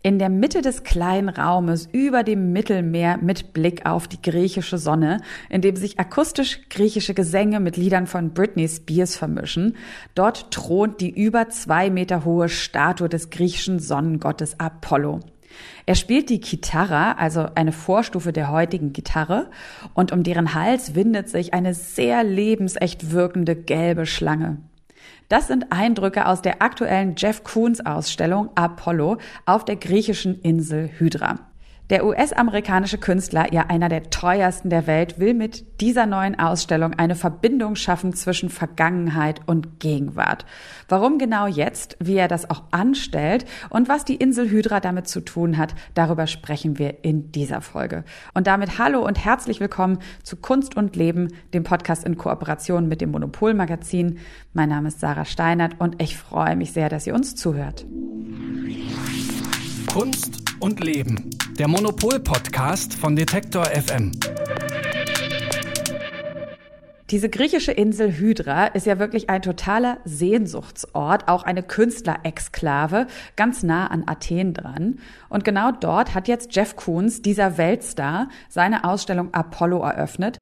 In der Mitte des kleinen Raumes über dem Mittelmeer mit Blick auf die griechische Sonne, in dem sich akustisch griechische Gesänge mit Liedern von Britney Spears vermischen, dort thront die über 2 Meter hohe Statue des griechischen Sonnengottes Apollo. Er spielt die Kithara, also eine Vorstufe der heutigen Gitarre, und um deren Hals windet sich eine sehr lebensecht wirkende gelbe Schlange. Das sind Eindrücke aus der aktuellen Jeff Koons Ausstellung Apollo auf der griechischen Insel Hydra. Der US-amerikanische Künstler, ja einer der teuersten der Welt, will mit dieser neuen Ausstellung eine Verbindung schaffen zwischen Vergangenheit und Gegenwart. Warum genau jetzt, wie er das auch anstellt und was die Insel Hydra damit zu tun hat, darüber sprechen wir in dieser Folge. Und damit hallo und herzlich willkommen zu Kunst und Leben, dem Podcast in Kooperation mit dem Monopol-Magazin. Mein Name ist Sarah Steinert und ich freue mich sehr, dass ihr uns zuhört. Kunst und Leben, der Monopol-Podcast von Detektor FM. Diese griechische Insel Hydra ist ja wirklich ein totaler Sehnsuchtsort, auch eine Künstlerexklave, ganz nah an Athen dran. Und genau dort hat jetzt Jeff Koons, dieser Weltstar, seine Ausstellung Apollo eröffnet.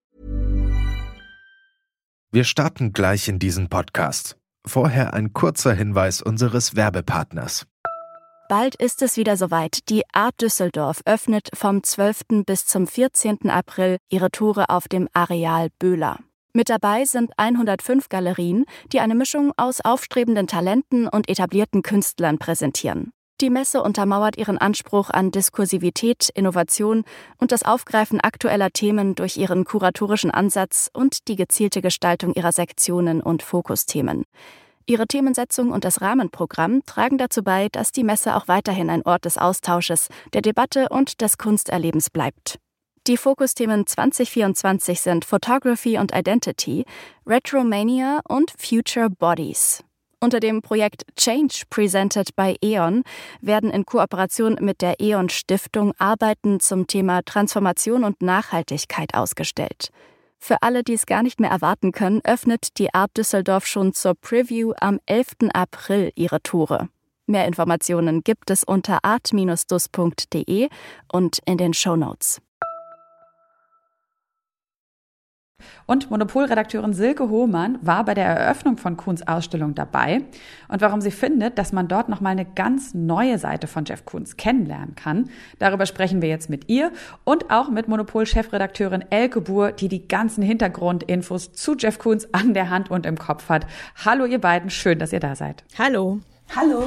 Wir starten gleich in diesen Podcast. Vorher ein kurzer Hinweis unseres Werbepartners. Bald ist es wieder soweit. Die Art Düsseldorf öffnet vom 12. bis zum 14. April ihre Tore auf dem Areal Böhler. Mit dabei sind 105 Galerien, die eine Mischung aus aufstrebenden Talenten und etablierten Künstlern präsentieren. Die Messe untermauert ihren Anspruch an Diskursivität, Innovation und das Aufgreifen aktueller Themen durch ihren kuratorischen Ansatz und die gezielte Gestaltung ihrer Sektionen und Fokusthemen. Ihre Themensetzung und das Rahmenprogramm tragen dazu bei, dass die Messe auch weiterhin ein Ort des Austausches, der Debatte und des Kunsterlebens bleibt. Die Fokusthemen 2024 sind Photography und Identity, Retromania und Future Bodies. Unter dem Projekt Change Presented by E.ON werden in Kooperation mit der E.ON Stiftung Arbeiten zum Thema Transformation und Nachhaltigkeit ausgestellt. Für alle, die es gar nicht mehr erwarten können, öffnet die Art Düsseldorf schon zur Preview am 11. April ihre Tore. Mehr Informationen gibt es unter art-dus.de und in den Shownotes. Und Monopol-Redakteurin Silke Hohmann war bei der Eröffnung von Koons Ausstellung dabei. Und warum sie findet, dass man dort nochmal eine ganz neue Seite von Jeff Koons kennenlernen kann, darüber sprechen wir jetzt mit ihr und auch mit Monopol-Chefredakteurin Elke Buhr, die die ganzen Hintergrundinfos zu Jeff Koons an der Hand und im Kopf hat. Hallo ihr beiden, schön, dass ihr da seid. Hallo. Hallo.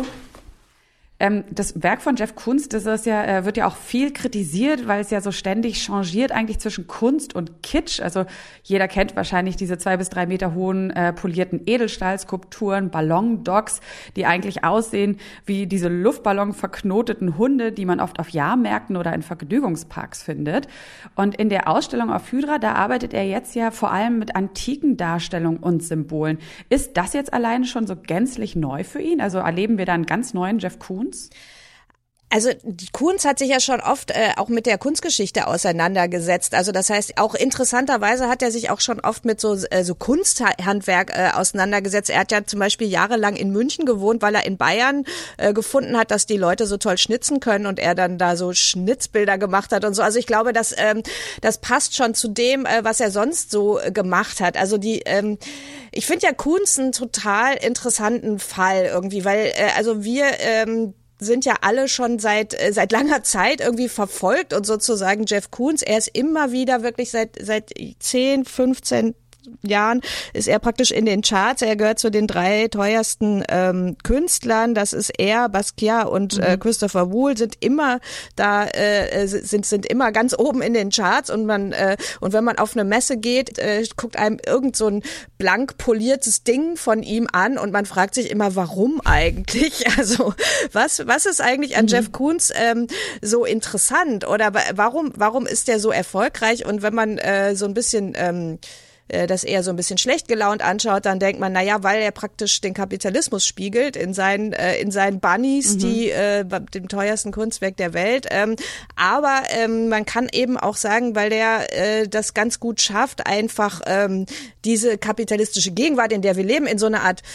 Das Werk von Jeff Koons, das ist ja, wird ja auch viel kritisiert, weil es ja so ständig changiert eigentlich zwischen Kunst und Kitsch. Also jeder kennt wahrscheinlich diese 2 bis 3 Meter hohen polierten Edelstahlskulpturen, Ballondocks, die eigentlich aussehen wie diese Luftballon verknoteten Hunde, die man oft auf Jahrmärkten oder in Vergnügungsparks findet. Und in der Ausstellung auf Hydra, da arbeitet er jetzt ja vor allem mit antiken Darstellungen und Symbolen. Ist das jetzt alleine schon so gänzlich neu für ihn? Also erleben wir da einen ganz neuen Jeff Koons? Also Koons hat sich ja schon oft auch mit der Kunstgeschichte auseinandergesetzt. Also das heißt, auch interessanterweise hat er sich auch schon oft mit so Kunsthandwerk auseinandergesetzt. Er hat ja zum Beispiel jahrelang in München gewohnt, weil er in Bayern gefunden hat, dass die Leute so toll schnitzen können und er dann da so Schnitzbilder gemacht hat und so. Also ich glaube, das passt schon zu dem, was er sonst so gemacht hat. Also ich finde ja Koons einen total interessanten Fall irgendwie, weil also wir sind ja alle schon seit langer Zeit irgendwie verfolgt und sozusagen Jeff Koons, er ist immer wieder wirklich seit 10, 15 Jahren ist er praktisch in den Charts. Er gehört zu den 3 teuersten Künstlern. Das ist er, Basquiat und Christopher Wool sind immer da, sind immer ganz oben in den Charts und wenn man auf eine Messe geht, guckt einem irgend so ein blank poliertes Ding von ihm an und man fragt sich immer, warum eigentlich? Also was ist eigentlich an Jeff Koons so interessant oder warum ist der so erfolgreich? Und wenn man so ein bisschen das eher so ein bisschen schlecht gelaunt anschaut, dann denkt man, naja, weil er praktisch den Kapitalismus spiegelt in seinen Bunnies, die dem teuersten Kunstwerk der Welt. Aber man kann eben auch sagen, weil der das ganz gut schafft, einfach diese kapitalistische Gegenwart, in der wir leben, in so eine Art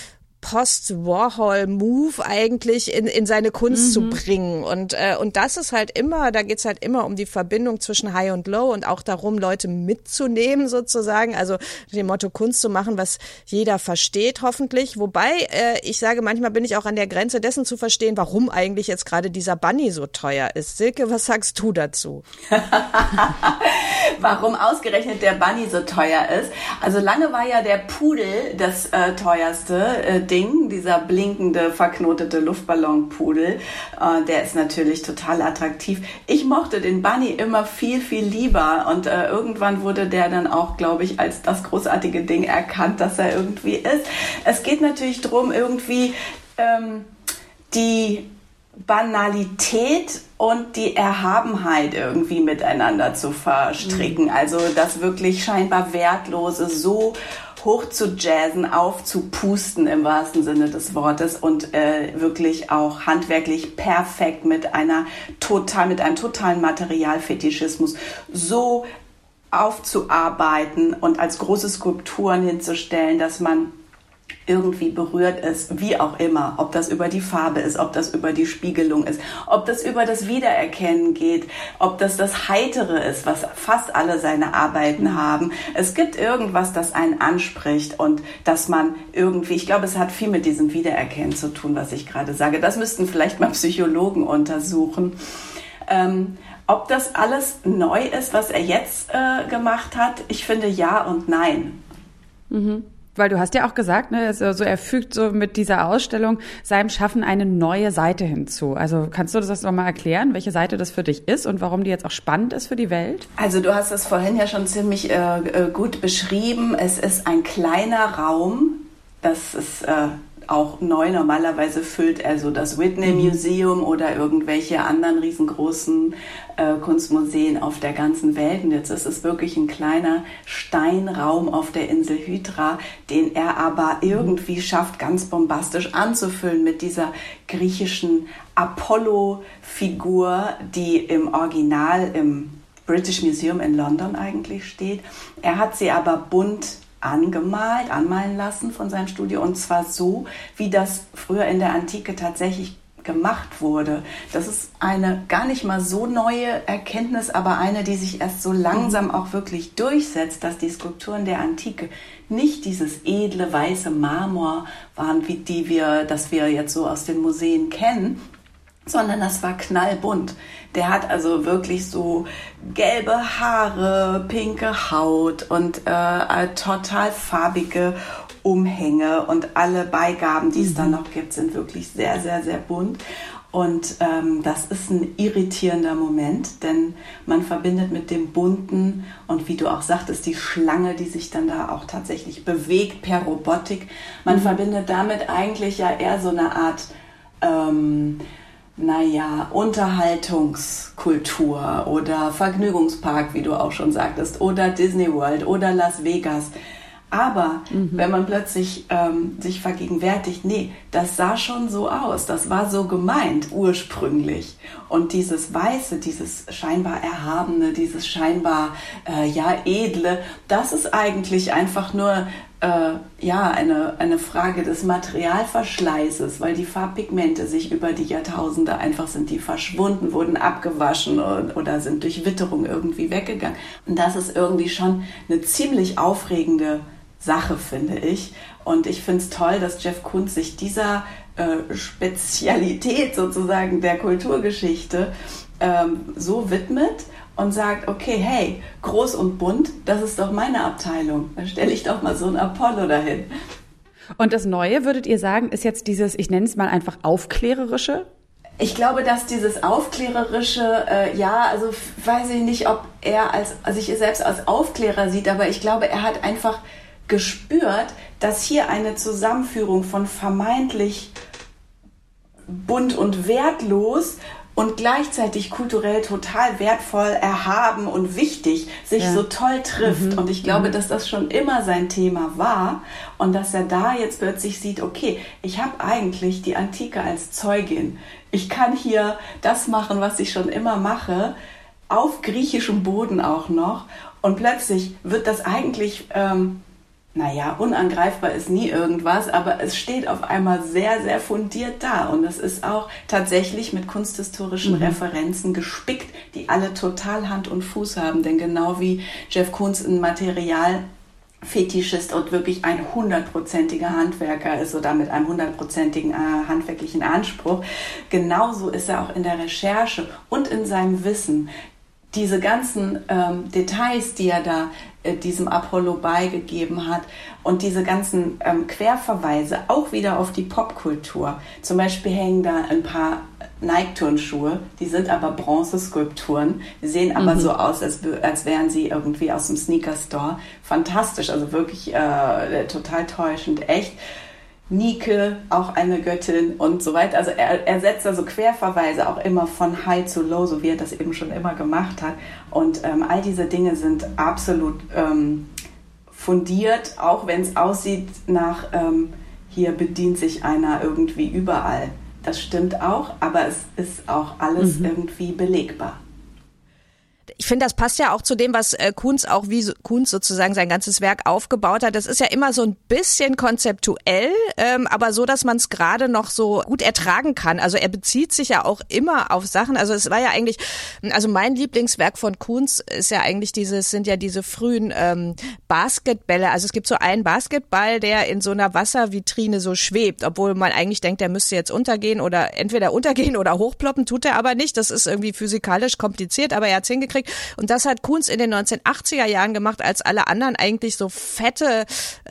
Post-Warhol-Move eigentlich in seine Kunst zu bringen. Und das ist halt immer, da geht's halt immer um die Verbindung zwischen High und Low und auch darum, Leute mitzunehmen sozusagen. Also dem Motto Kunst zu machen, was jeder versteht hoffentlich. Wobei ich sage, manchmal bin ich auch an der Grenze dessen zu verstehen, warum eigentlich jetzt gerade dieser Bunny so teuer ist. Silke, was sagst du dazu? Warum ausgerechnet der Bunny so teuer ist? Also lange war ja der Pudel das teuerste Ding, dieser blinkende, verknotete Luftballonpudel. Der ist natürlich total attraktiv. Ich mochte den Bunny immer viel, viel lieber und irgendwann wurde der dann auch, glaube ich, als das großartige Ding erkannt, dass er irgendwie ist. Es geht natürlich darum, irgendwie die Banalität und die Erhabenheit irgendwie miteinander zu verstricken. Also das wirklich scheinbar Wertlose so hoch zu jazzen, aufzupusten im wahrsten Sinne des Wortes und wirklich auch handwerklich perfekt mit einem totalen Materialfetischismus so aufzuarbeiten und als große Skulpturen hinzustellen, dass man irgendwie berührt ist, wie auch immer, ob das über die Farbe ist, ob das über die Spiegelung ist, ob das über das Wiedererkennen geht, ob das Heitere ist, was fast alle seine Arbeiten haben. Es gibt irgendwas, das einen anspricht und dass man irgendwie, ich glaube, es hat viel mit diesem Wiedererkennen zu tun, was ich gerade sage. Das müssten vielleicht mal Psychologen untersuchen. Ob das alles neu ist, was er jetzt gemacht hat, ich finde ja und nein. Mhm. Weil du hast ja auch gesagt, ne, also er fügt so mit dieser Ausstellung seinem Schaffen eine neue Seite hinzu. Also kannst du das nochmal erklären, welche Seite das für dich ist und warum die jetzt auch spannend ist für die Welt? Also du hast es vorhin ja schon ziemlich gut beschrieben. Es ist ein kleiner Raum, das ist auch neu. Normalerweise füllt er so das Whitney Museum oder irgendwelche anderen riesengroßen Kunstmuseen auf der ganzen Welt. Und jetzt ist es wirklich ein kleiner Steinraum auf der Insel Hydra, den er aber irgendwie schafft, ganz bombastisch anzufüllen mit dieser griechischen Apollo-Figur, die im Original im British Museum in London eigentlich steht. Er hat sie aber bunt anmalen lassen von seinem Studio und zwar so, wie das früher in der Antike tatsächlich gemacht wurde. Das ist eine gar nicht mal so neue Erkenntnis, aber eine, die sich erst so langsam auch wirklich durchsetzt, dass die Skulpturen der Antike nicht dieses edle weiße Marmor waren, das wir jetzt so aus den Museen kennen, sondern das war knallbunt. Der hat also wirklich so gelbe Haare, pinke Haut und total farbige Umhänge und alle Beigaben, die es dann noch gibt, sind wirklich sehr, sehr, sehr bunt. Und das ist ein irritierender Moment, denn man verbindet mit dem Bunten und wie du auch sagtest, die Schlange, die sich dann da auch tatsächlich bewegt per Robotik. Man verbindet damit eigentlich ja eher so eine Art Unterhaltungskultur oder Vergnügungspark, wie du auch schon sagtest, oder Disney World oder Las Vegas. Aber wenn man plötzlich sich vergegenwärtigt, nee, das sah schon so aus, das war so gemeint ursprünglich. Und dieses Weiße, dieses scheinbar Erhabene, dieses scheinbar Edle, das ist eigentlich einfach nur eine Frage des Materialverschleißes, weil die Farbpigmente sich über die Jahrtausende einfach sind die verschwunden, wurden abgewaschen oder sind durch Witterung irgendwie weggegangen. Und das ist irgendwie schon eine ziemlich aufregende Sache, finde ich. Und ich finde es toll, dass Jeff Koons sich dieser Spezialität sozusagen der Kulturgeschichte so widmet und sagt, okay, hey, groß und bunt, das ist doch meine Abteilung. Dann stelle ich doch mal so einen Apollo dahin. Und das Neue, würdet ihr sagen, ist jetzt dieses, ich nenne es mal einfach Aufklärerische? Ich glaube, dass dieses Aufklärerische, weiß ich nicht, ob er sich selbst als Aufklärer sieht, aber ich glaube, er hat einfach gespürt, dass hier eine Zusammenführung von vermeintlich bunt und wertlos und gleichzeitig kulturell total wertvoll, erhaben und wichtig sich so toll trifft. Und ich glaube, dass das schon immer sein Thema war und dass er da jetzt plötzlich sieht, okay, ich habe eigentlich die Antike als Zeugin. Ich kann hier das machen, was ich schon immer mache, auf griechischem Boden auch noch. Und plötzlich wird das eigentlich Naja, unangreifbar ist nie irgendwas, aber es steht auf einmal sehr, sehr fundiert da. Und es ist auch tatsächlich mit kunsthistorischen Referenzen gespickt, die alle total Hand und Fuß haben. Denn genau wie Jeff Koons ein Materialfetischist und wirklich ein 100%iger Handwerker ist oder mit einem 100%igen handwerklichen Anspruch, genauso ist er auch in der Recherche und in seinem Wissen. Diese ganzen Details, die er da diesem Apollo beigegeben hat und diese ganzen Querverweise auch wieder auf die Popkultur. Zum Beispiel hängen da ein paar Nike-Turnschuhe, die sind aber Bronzeskulpturen, die sehen aber so aus, als wären sie irgendwie aus dem Sneaker-Store. Fantastisch, also wirklich total täuschend, echt. Nike, auch eine Göttin und so weiter. Also er setzt also Querverweise auch immer von High zu Low, so wie er das eben schon immer gemacht hat. Und all diese Dinge sind absolut fundiert, auch wenn es aussieht nach, hier bedient sich einer irgendwie überall. Das stimmt auch, aber es ist auch alles irgendwie belegbar. Ich finde, das passt ja auch zu dem, was Koons auch, wie Koons sozusagen sein ganzes Werk aufgebaut hat. Das ist ja immer so ein bisschen konzeptuell, aber so, dass man es gerade noch so gut ertragen kann. Also er bezieht sich ja auch immer auf Sachen. Also es war ja eigentlich, also mein Lieblingswerk von Koons ist ja eigentlich sind ja diese frühen Basketbälle. Also es gibt so einen Basketball, der in so einer Wasservitrine so schwebt, obwohl man eigentlich denkt, der müsste jetzt untergehen oder entweder untergehen oder hochploppen, tut er aber nicht. Das ist irgendwie physikalisch kompliziert, aber er hat es hingekriegt. Und das hat Koons in den 1980er Jahren gemacht, als alle anderen eigentlich so fette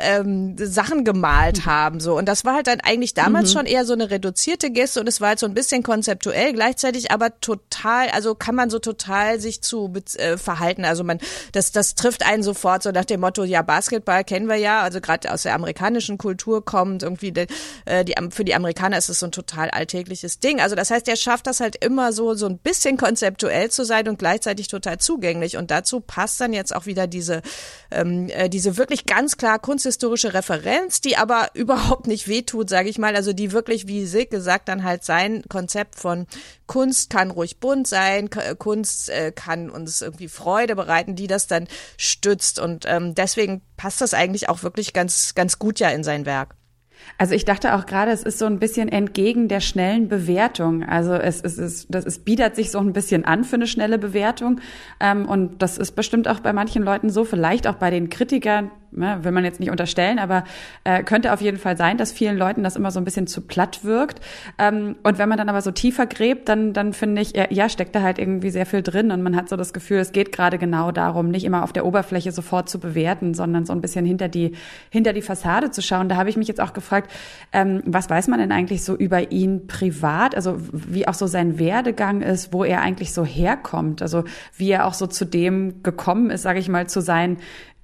Sachen gemalt haben. So. Und das war halt dann eigentlich damals schon eher so eine reduzierte Geste und es war halt so ein bisschen konzeptuell, gleichzeitig aber total, also kann man so total sich zu verhalten. Also das trifft einen sofort so nach dem Motto, ja, Basketball kennen wir ja, also gerade aus der amerikanischen Kultur kommt, irgendwie für die Amerikaner ist es so ein total alltägliches Ding. Also das heißt, der schafft das halt immer so ein bisschen konzeptuell zu sein und gleichzeitig total zugänglich und dazu passt dann jetzt auch wieder diese wirklich ganz klar kunsthistorische Referenz, die aber überhaupt nicht wehtut, sage ich mal, also die wirklich, wie Silke sagt, dann halt sein Konzept von Kunst kann ruhig bunt sein, Kunst kann uns irgendwie Freude bereiten, die das dann stützt und deswegen passt das eigentlich auch wirklich ganz, ganz gut ja in sein Werk. Also ich dachte auch gerade, es ist so ein bisschen entgegen der schnellen Bewertung. Also es bietet sich so ein bisschen an für eine schnelle Bewertung. Und das ist bestimmt auch bei manchen Leuten so, vielleicht auch bei den Kritikern, will man jetzt nicht unterstellen, aber könnte auf jeden Fall sein, dass vielen Leuten das immer so ein bisschen zu platt wirkt. Und wenn man dann aber so tiefer gräbt, dann finde ich, ja, steckt da halt irgendwie sehr viel drin und man hat so das Gefühl, es geht gerade genau darum, nicht immer auf der Oberfläche sofort zu bewerten, sondern so ein bisschen hinter die Fassade zu schauen. Da habe ich mich jetzt auch gefragt, was weiß man denn eigentlich so über ihn privat, also wie auch so sein Werdegang ist, wo er eigentlich so herkommt, also wie er auch so zu dem gekommen ist, sage ich mal, zu seinem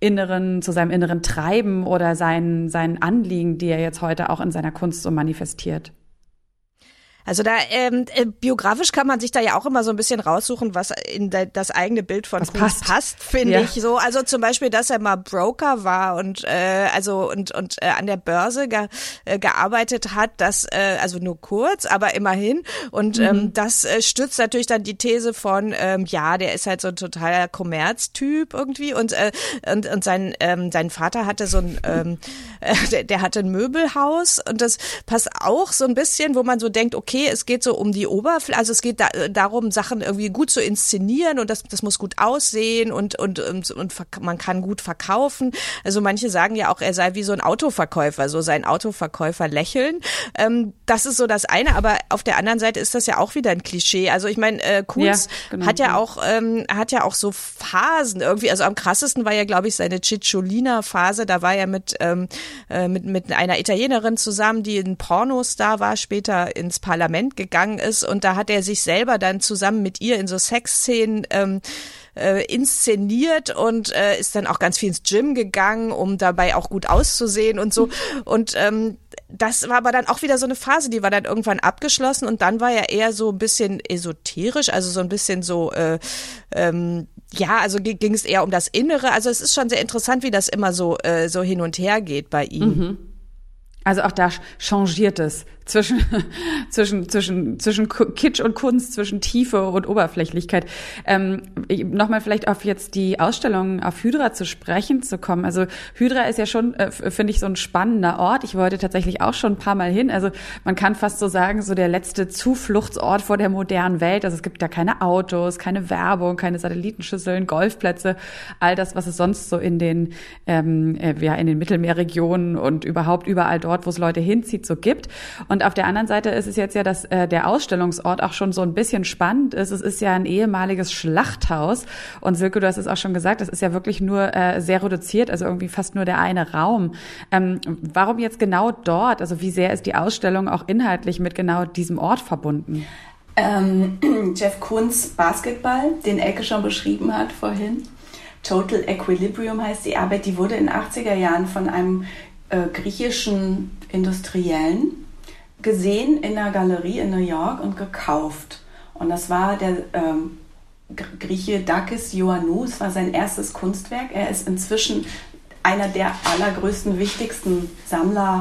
inneren Treiben oder seinen Anliegen, die er jetzt heute auch in seiner Kunst so manifestiert. Also da biografisch kann man sich da ja auch immer so ein bisschen raussuchen, was in das eigene Bild von Koons passt, finde ich so. Also zum Beispiel, dass er mal Broker war und an der Börse gearbeitet hat, das also nur kurz, aber immerhin. Und das stützt natürlich dann die These von der ist halt so ein totaler Kommerztyp irgendwie und sein Vater hatte so ein der hatte ein Möbelhaus und das passt auch so ein bisschen, wo man so denkt, okay, es geht so um die Oberfläche, also es geht darum, Sachen irgendwie gut zu inszenieren und das muss gut aussehen und man kann gut verkaufen. Also manche sagen ja auch, er sei wie so ein Autoverkäufer, so sein Autoverkäufer lächeln. Das ist so das eine, aber auf der anderen Seite ist das ja auch wieder ein Klischee. Also ich meine, Koons hat ja auch so Phasen irgendwie. Also am krassesten war ja, glaube ich, seine Cicciolina-Phase. Da war er mit einer Italienerin zusammen, die ein Pornostar war, später ins Parlament gegangen ist und da hat er sich selber dann zusammen mit ihr in so Sexszenen inszeniert und ist dann auch ganz viel ins Gym gegangen, um dabei auch gut auszusehen und so und das war aber dann auch wieder so eine Phase, die war dann irgendwann abgeschlossen und dann war er eher so ein bisschen esoterisch, also so ein bisschen so also ging es eher um das Innere, also es ist schon sehr interessant, wie das immer so hin und her geht bei ihm. Also auch da changiert es zwischen Kitsch und Kunst, zwischen Tiefe und Oberflächlichkeit. Nochmal vielleicht auf jetzt die Ausstellung auf Hydra zu sprechen zu kommen. Also Hydra ist ja schon, finde ich, so ein spannender Ort. Ich wollte tatsächlich auch schon ein paar Mal hin. Also man kann fast so sagen, so der letzte Zufluchtsort vor der modernen Welt. Also es gibt da keine Autos, keine Werbung, keine Satellitenschüsseln, Golfplätze, all das, was es sonst so in den Mittelmeerregionen und überhaupt überall dort, wo es Leute hinzieht, so gibt. Und auf der anderen Seite ist es jetzt ja, dass der Ausstellungsort auch schon so ein bisschen spannend ist. Es ist ja ein ehemaliges Schlachthaus. Und Silke, du hast es auch schon gesagt, das ist ja wirklich nur sehr reduziert, also irgendwie fast nur der eine Raum. Warum jetzt genau dort? Also wie sehr ist die Ausstellung auch inhaltlich mit genau diesem Ort verbunden? Jeff Koons Basketball, den Elke schon beschrieben hat vorhin. Total Equilibrium heißt die Arbeit. Die wurde in den 80er Jahren von einem griechischen Industriellen gesehen in einer Galerie in New York und gekauft. Und das war der Grieche Dakis Ioannou. Es war sein erstes Kunstwerk. Er ist inzwischen einer der allergrößten, wichtigsten Sammler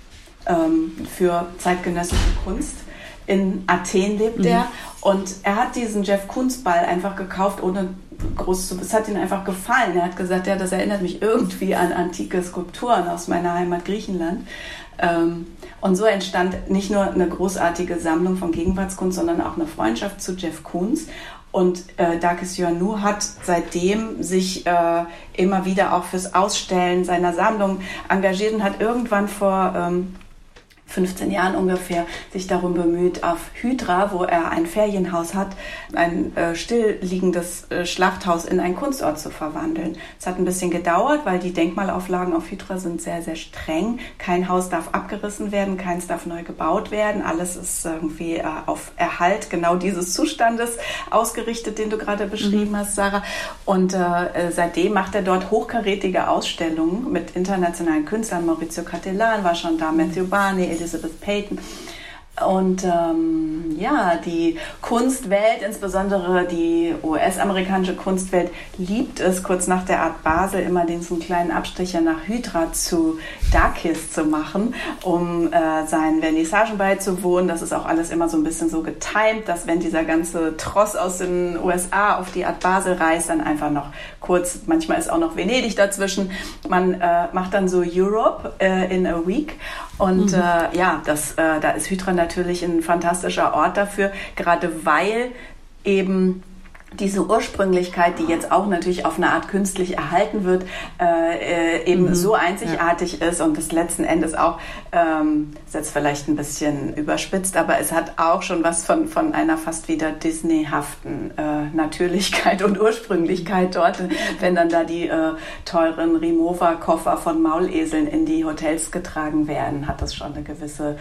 für zeitgenössische Kunst. In Athen lebt er. Und er hat diesen Jeff Koons Ball einfach gekauft, ohne groß zu... Es hat ihm einfach gefallen. Er hat gesagt, ja, das erinnert mich irgendwie an antike Skulpturen aus meiner Heimat Griechenland. Und so entstand nicht nur eine großartige Sammlung von Gegenwartskunst, sondern auch eine Freundschaft zu Jeff Koons. Und Dakis Ioannou hat seitdem sich immer wieder auch fürs Ausstellen seiner Sammlung engagiert und hat irgendwann vor 15 Jahren ungefähr sich darum bemüht, auf Hydra, wo er ein Ferienhaus hat, ein stillliegendes Schlachthaus in einen Kunstort zu verwandeln. Es hat ein bisschen gedauert, weil die Denkmalauflagen auf Hydra sind sehr, sehr streng. Kein Haus darf abgerissen werden, keins darf neu gebaut werden. Alles ist irgendwie auf Erhalt genau dieses Zustandes ausgerichtet, den du gerade beschrieben hast, Sarah. Und seitdem macht er dort hochkarätige Ausstellungen mit internationalen Künstlern. Maurizio Cattelan war schon da, Matthew Barney, Elizabeth Peyton. Und die Kunstwelt, insbesondere die US-amerikanische Kunstwelt, liebt es, kurz nach der Art Basel immer diesen kleinen Abstecher nach Hydra zu Dakis zu machen, um seinen Vernissagen beizuwohnen. Das ist auch alles immer so ein bisschen so getimt, dass wenn dieser ganze Tross aus den USA auf die Art Basel reist, dann einfach noch kurz, manchmal ist auch noch Venedig dazwischen. Man macht dann so Europe in a week. Und da ist Hydra natürlich ein fantastischer Ort dafür, gerade weil eben diese Ursprünglichkeit, die jetzt auch natürlich auf eine Art künstlich erhalten wird, eben so einzigartig ist und das letzten Endes auch, ist jetzt vielleicht ein bisschen überspitzt, aber es hat auch schon was von einer fast wieder Disney-haften Natürlichkeit und Ursprünglichkeit dort, wenn dann da die teuren Rimowa-Koffer von Mauleseln in die Hotels getragen werden, hat das schon eine gewisse,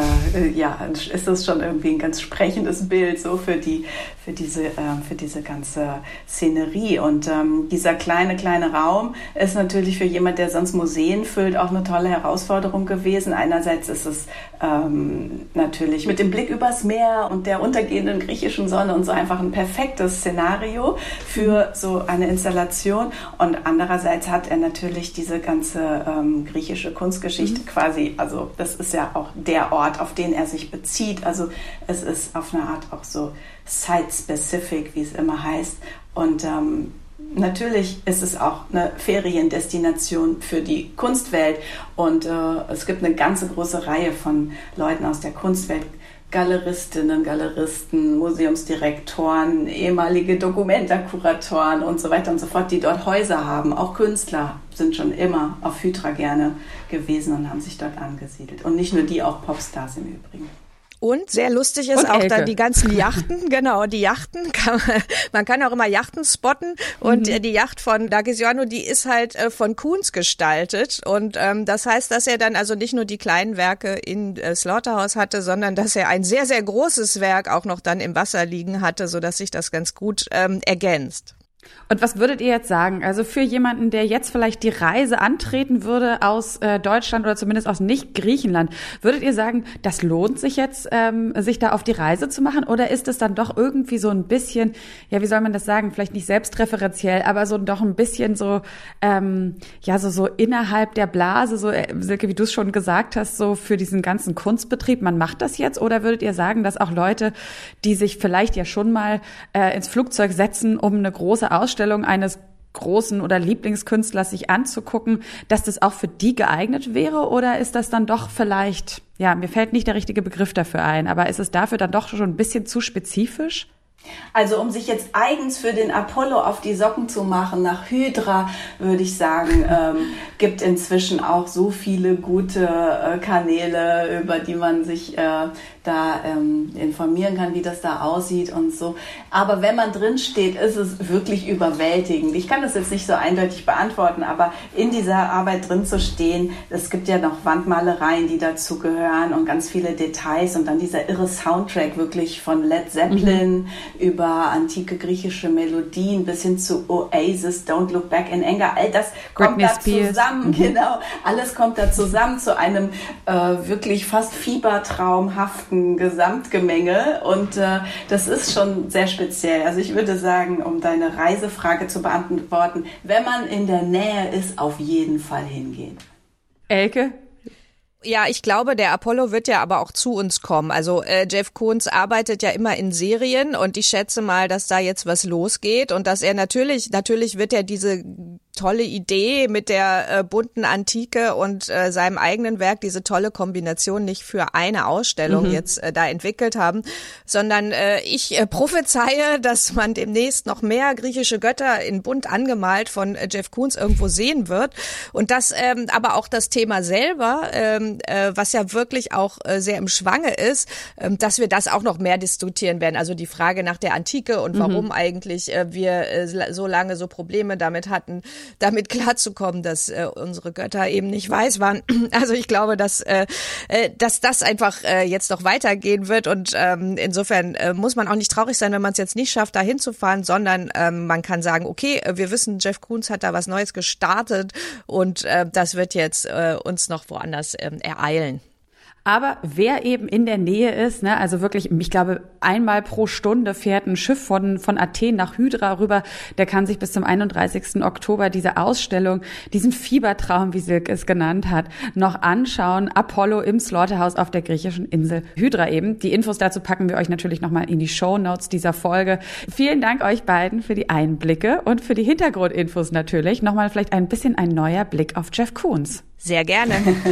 ist das schon irgendwie ein ganz sprechendes Bild so für diese ganze Szenerie. Und dieser kleine Raum ist natürlich für jemand, der sonst Museen füllt, auch eine tolle Herausforderung gewesen. Einerseits ist es natürlich mit dem Blick übers Meer und der untergehenden griechischen Sonne und so einfach ein perfektes Szenario für so eine Installation. Und andererseits hat er natürlich diese ganze griechische Kunstgeschichte quasi, also das ist ja auch der Ort, auf den er sich bezieht. Also es ist auf eine Art auch so site-specific, wie es immer heißt. Und natürlich ist es auch eine Feriendestination für die Kunstwelt. Und es gibt eine ganze große Reihe von Leuten aus der Kunstwelt, Galeristinnen, Galeristen, Museumsdirektoren, ehemalige Documenta-Kuratoren und so weiter und so fort, die dort Häuser haben. Auch Künstler sind schon immer auf Hydra gerne gewesen und haben sich dort angesiedelt. Und nicht nur die, auch Popstars im Übrigen. Und sehr lustig ist auch dann die ganzen Yachten, genau, die Yachten, man kann auch immer Yachten spotten und die Yacht von Dakis Ioannou, die ist halt von Koons gestaltet und das heißt, dass er dann also nicht nur die kleinen Werke in Slaughterhouse hatte, sondern dass er ein sehr, sehr großes Werk auch noch dann im Wasser liegen hatte, sodass sich das ganz gut ergänzt. Und was würdet ihr jetzt sagen? Also für jemanden, der jetzt vielleicht die Reise antreten würde aus Deutschland oder zumindest aus Nicht-Griechenland, würdet ihr sagen, das lohnt sich jetzt, sich da auf die Reise zu machen? Oder ist es dann doch irgendwie so ein bisschen, ja, wie soll man das sagen, vielleicht nicht selbstreferenziell, aber so doch ein bisschen so, so innerhalb der Blase, so, Silke, wie du es schon gesagt hast, so für diesen ganzen Kunstbetrieb, man macht das jetzt? Oder würdet ihr sagen, dass auch Leute, die sich vielleicht ja schon mal ins Flugzeug setzen, um eine große Ausstellung eines großen oder Lieblingskünstlers sich anzugucken, dass das auch für die geeignet wäre? Oder ist das dann doch vielleicht, ja, mir fällt nicht der richtige Begriff dafür ein, aber ist es dafür dann doch schon ein bisschen zu spezifisch? Also um sich jetzt eigens für den Apollo auf die Socken zu machen nach Hydra, würde ich sagen, gibt inzwischen auch so viele gute Kanäle, über die man sich da informieren kann, wie das da aussieht und so. Aber wenn man drin steht, ist es wirklich überwältigend. Ich kann das jetzt nicht so eindeutig beantworten, aber in dieser Arbeit drin zu stehen, es gibt ja noch Wandmalereien, die dazu gehören und ganz viele Details und dann dieser irre Soundtrack wirklich von Led Zeppelin über antike griechische Melodien bis hin zu Oasis, Don't Look Back in Anger. All das kommt da zusammen, genau. Alles kommt da zusammen zu einem wirklich fast fiebertraumhaften Gesamtgemenge und das ist schon sehr speziell. Also ich würde sagen, um deine Reisefrage zu beantworten, wenn man in der Nähe ist, auf jeden Fall hingehen. Elke? Ja, ich glaube, der Apollo wird ja aber auch zu uns kommen. Also Jeff Koons arbeitet ja immer in Serien und ich schätze mal, dass da jetzt was losgeht und dass er natürlich wird er diese tolle Idee mit der bunten Antike und seinem eigenen Werk, diese tolle Kombination nicht für eine Ausstellung jetzt da entwickelt haben, sondern ich prophezeie, dass man demnächst noch mehr griechische Götter in bunt angemalt von Jeff Koons irgendwo sehen wird und das aber auch das Thema selber, was ja wirklich auch sehr im Schwange ist, dass wir das auch noch mehr diskutieren werden. Also die Frage nach der Antike und warum eigentlich wir so lange so Probleme damit hatten, damit klarzukommen, dass unsere Götter eben nicht weiß waren. Also ich glaube, dass das einfach jetzt noch weitergehen wird und insofern muss man auch nicht traurig sein, wenn man es jetzt nicht schafft, da hinzufahren, sondern man kann sagen, okay, wir wissen, Jeff Koons hat da was Neues gestartet und das wird jetzt uns noch woanders ereilen. Aber wer eben in der Nähe ist, ne, also wirklich, ich glaube, einmal pro Stunde fährt ein Schiff von Athen nach Hydra rüber, der kann sich bis zum 31. Oktober diese Ausstellung, diesen Fiebertraum, wie Silke es genannt hat, noch anschauen. Apollo im Slaughterhouse auf der griechischen Insel Hydra eben. Die Infos dazu packen wir euch natürlich nochmal in die Shownotes dieser Folge. Vielen Dank euch beiden für die Einblicke und für die Hintergrundinfos natürlich. Nochmal vielleicht ein bisschen ein neuer Blick auf Jeff Koons. Sehr gerne.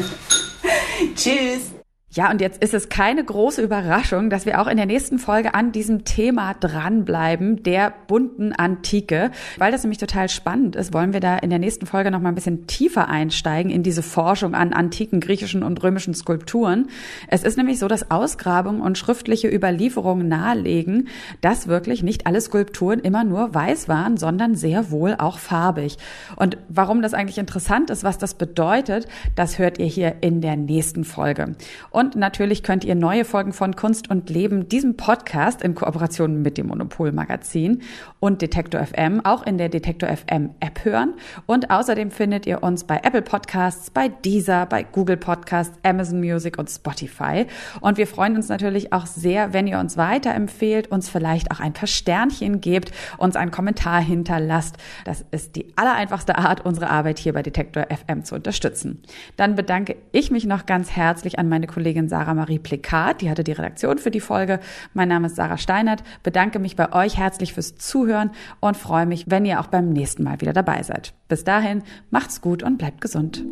Tschüss. Ja, und jetzt ist es keine große Überraschung, dass wir auch in der nächsten Folge an diesem Thema dranbleiben, der bunten Antike. Weil das nämlich total spannend ist, wollen wir da in der nächsten Folge noch mal ein bisschen tiefer einsteigen in diese Forschung an antiken griechischen und römischen Skulpturen. Es ist nämlich so, dass Ausgrabungen und schriftliche Überlieferungen nahelegen, dass wirklich nicht alle Skulpturen immer nur weiß waren, sondern sehr wohl auch farbig. Und warum das eigentlich interessant ist, was das bedeutet, das hört ihr hier in der nächsten Folge. Und natürlich könnt ihr neue Folgen von Kunst und Leben, diesem Podcast in Kooperation mit dem Monopol Magazin und Detektor FM, auch in der Detektor FM App hören. Und außerdem findet ihr uns bei Apple Podcasts, bei Deezer, bei Google Podcasts, Amazon Music und Spotify. Und wir freuen uns natürlich auch sehr, wenn ihr uns weiterempfehlt, uns vielleicht auch ein paar Sternchen gebt, uns einen Kommentar hinterlasst. Das ist die allereinfachste Art, unsere Arbeit hier bei Detektor FM zu unterstützen. Dann bedanke ich mich noch ganz herzlich an meine Kollegin Sarah Marie Plikat, die hatte die Redaktion für die Folge. Mein Name ist Sarah Steinert, bedanke mich bei euch herzlich fürs Zuhören und freue mich, wenn ihr auch beim nächsten Mal wieder dabei seid. Bis dahin, macht's gut und bleibt gesund.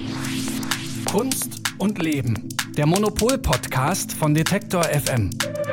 Kunst und Leben, der Monopol-Podcast von Detektor FM.